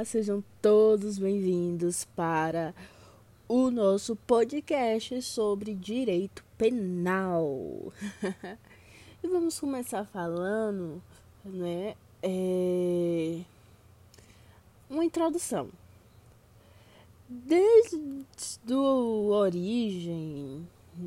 Olá, sejam todos bem-vindos para o nosso podcast sobre direito penal. E vamos começar falando, uma introdução. Desde a origem,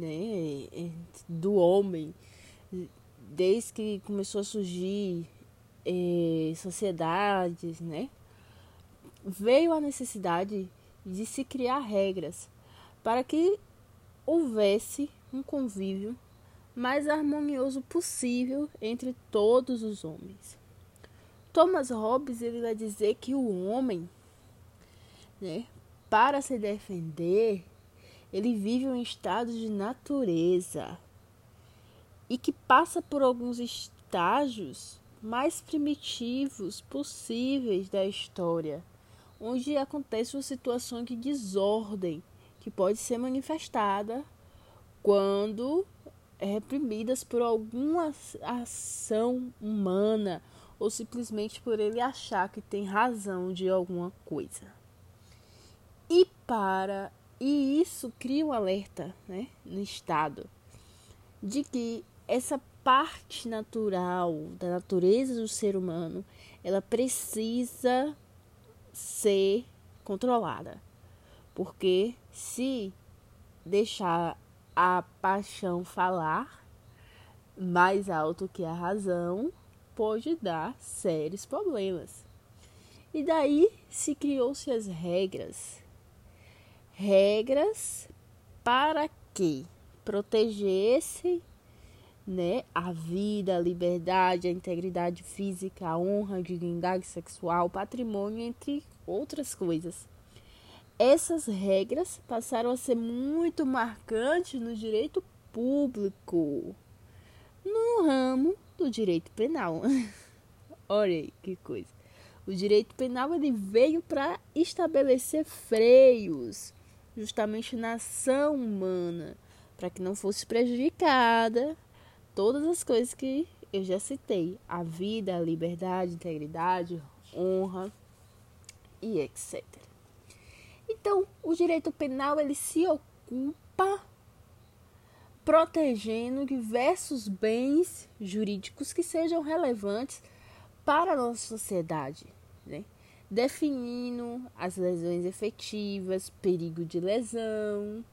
do homem, desde que começou a surgir sociedades, veio a necessidade de se criar regras para que houvesse um convívio mais harmonioso possível entre todos os homens. Thomas Hobbes ele vai dizer que o homem, para se defender, ele vive um estado de natureza e que passa por alguns estágios mais primitivos possíveis da história, onde acontece uma situação de desordem que pode ser manifestada quando reprimidas por alguma ação humana ou simplesmente por ele achar que tem razão de alguma coisa. E isso cria um alerta, no Estado de que essa parte natural da natureza do ser humano, ela precisa ser controlada. Porque se deixar a paixão falar mais alto que a razão, pode dar sérios problemas. E daí se criou-se as regras. Regras para que protegesse a vida, a liberdade, a integridade física, a honra, a dignidade sexual, o patrimônio, entre outras coisas. Essas regras passaram a ser muito marcantes no direito público, no ramo do direito penal. Olha aí que coisa. O direito penal ele veio para estabelecer freios, justamente na ação humana, para que não fosse prejudicada todas as coisas que eu já citei: a vida, a liberdade, a integridade, honra e etc. Então, o direito penal ele se ocupa protegendo diversos bens jurídicos que sejam relevantes para a nossa sociedade, definindo as lesões efetivas, perigo de lesão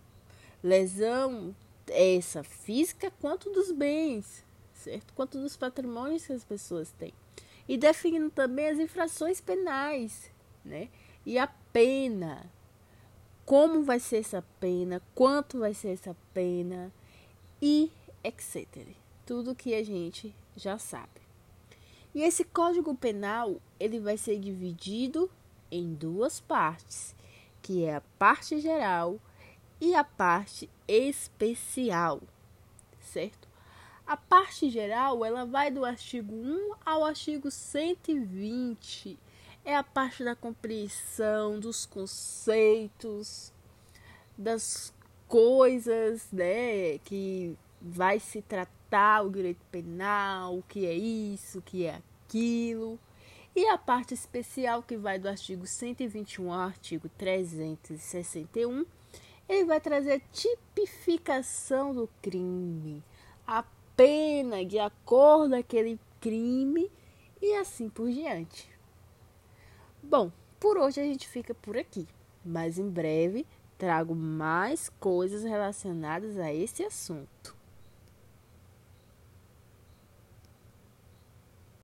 essa física quanto dos bens, certo? Quanto dos patrimônios que as pessoas têm. E definindo também as infrações penais, E a pena, como vai ser essa pena, quanto vai ser essa pena e etc. Tudo que a gente já sabe. E esse Código Penal, ele vai ser dividido em duas partes, que é a parte geral e a parte especial, certo? A parte geral, ela vai do artigo 1 ao artigo 120. É a parte da compreensão dos conceitos, das coisas, que vai se tratar o direito penal, o que é isso, o que é aquilo. E a parte especial, que vai do artigo 121 ao artigo 361, ele vai trazer tipificação do crime, a pena de acordo com aquele crime e assim por diante. Bom, por hoje a gente fica por aqui, mas em breve trago mais coisas relacionadas a esse assunto.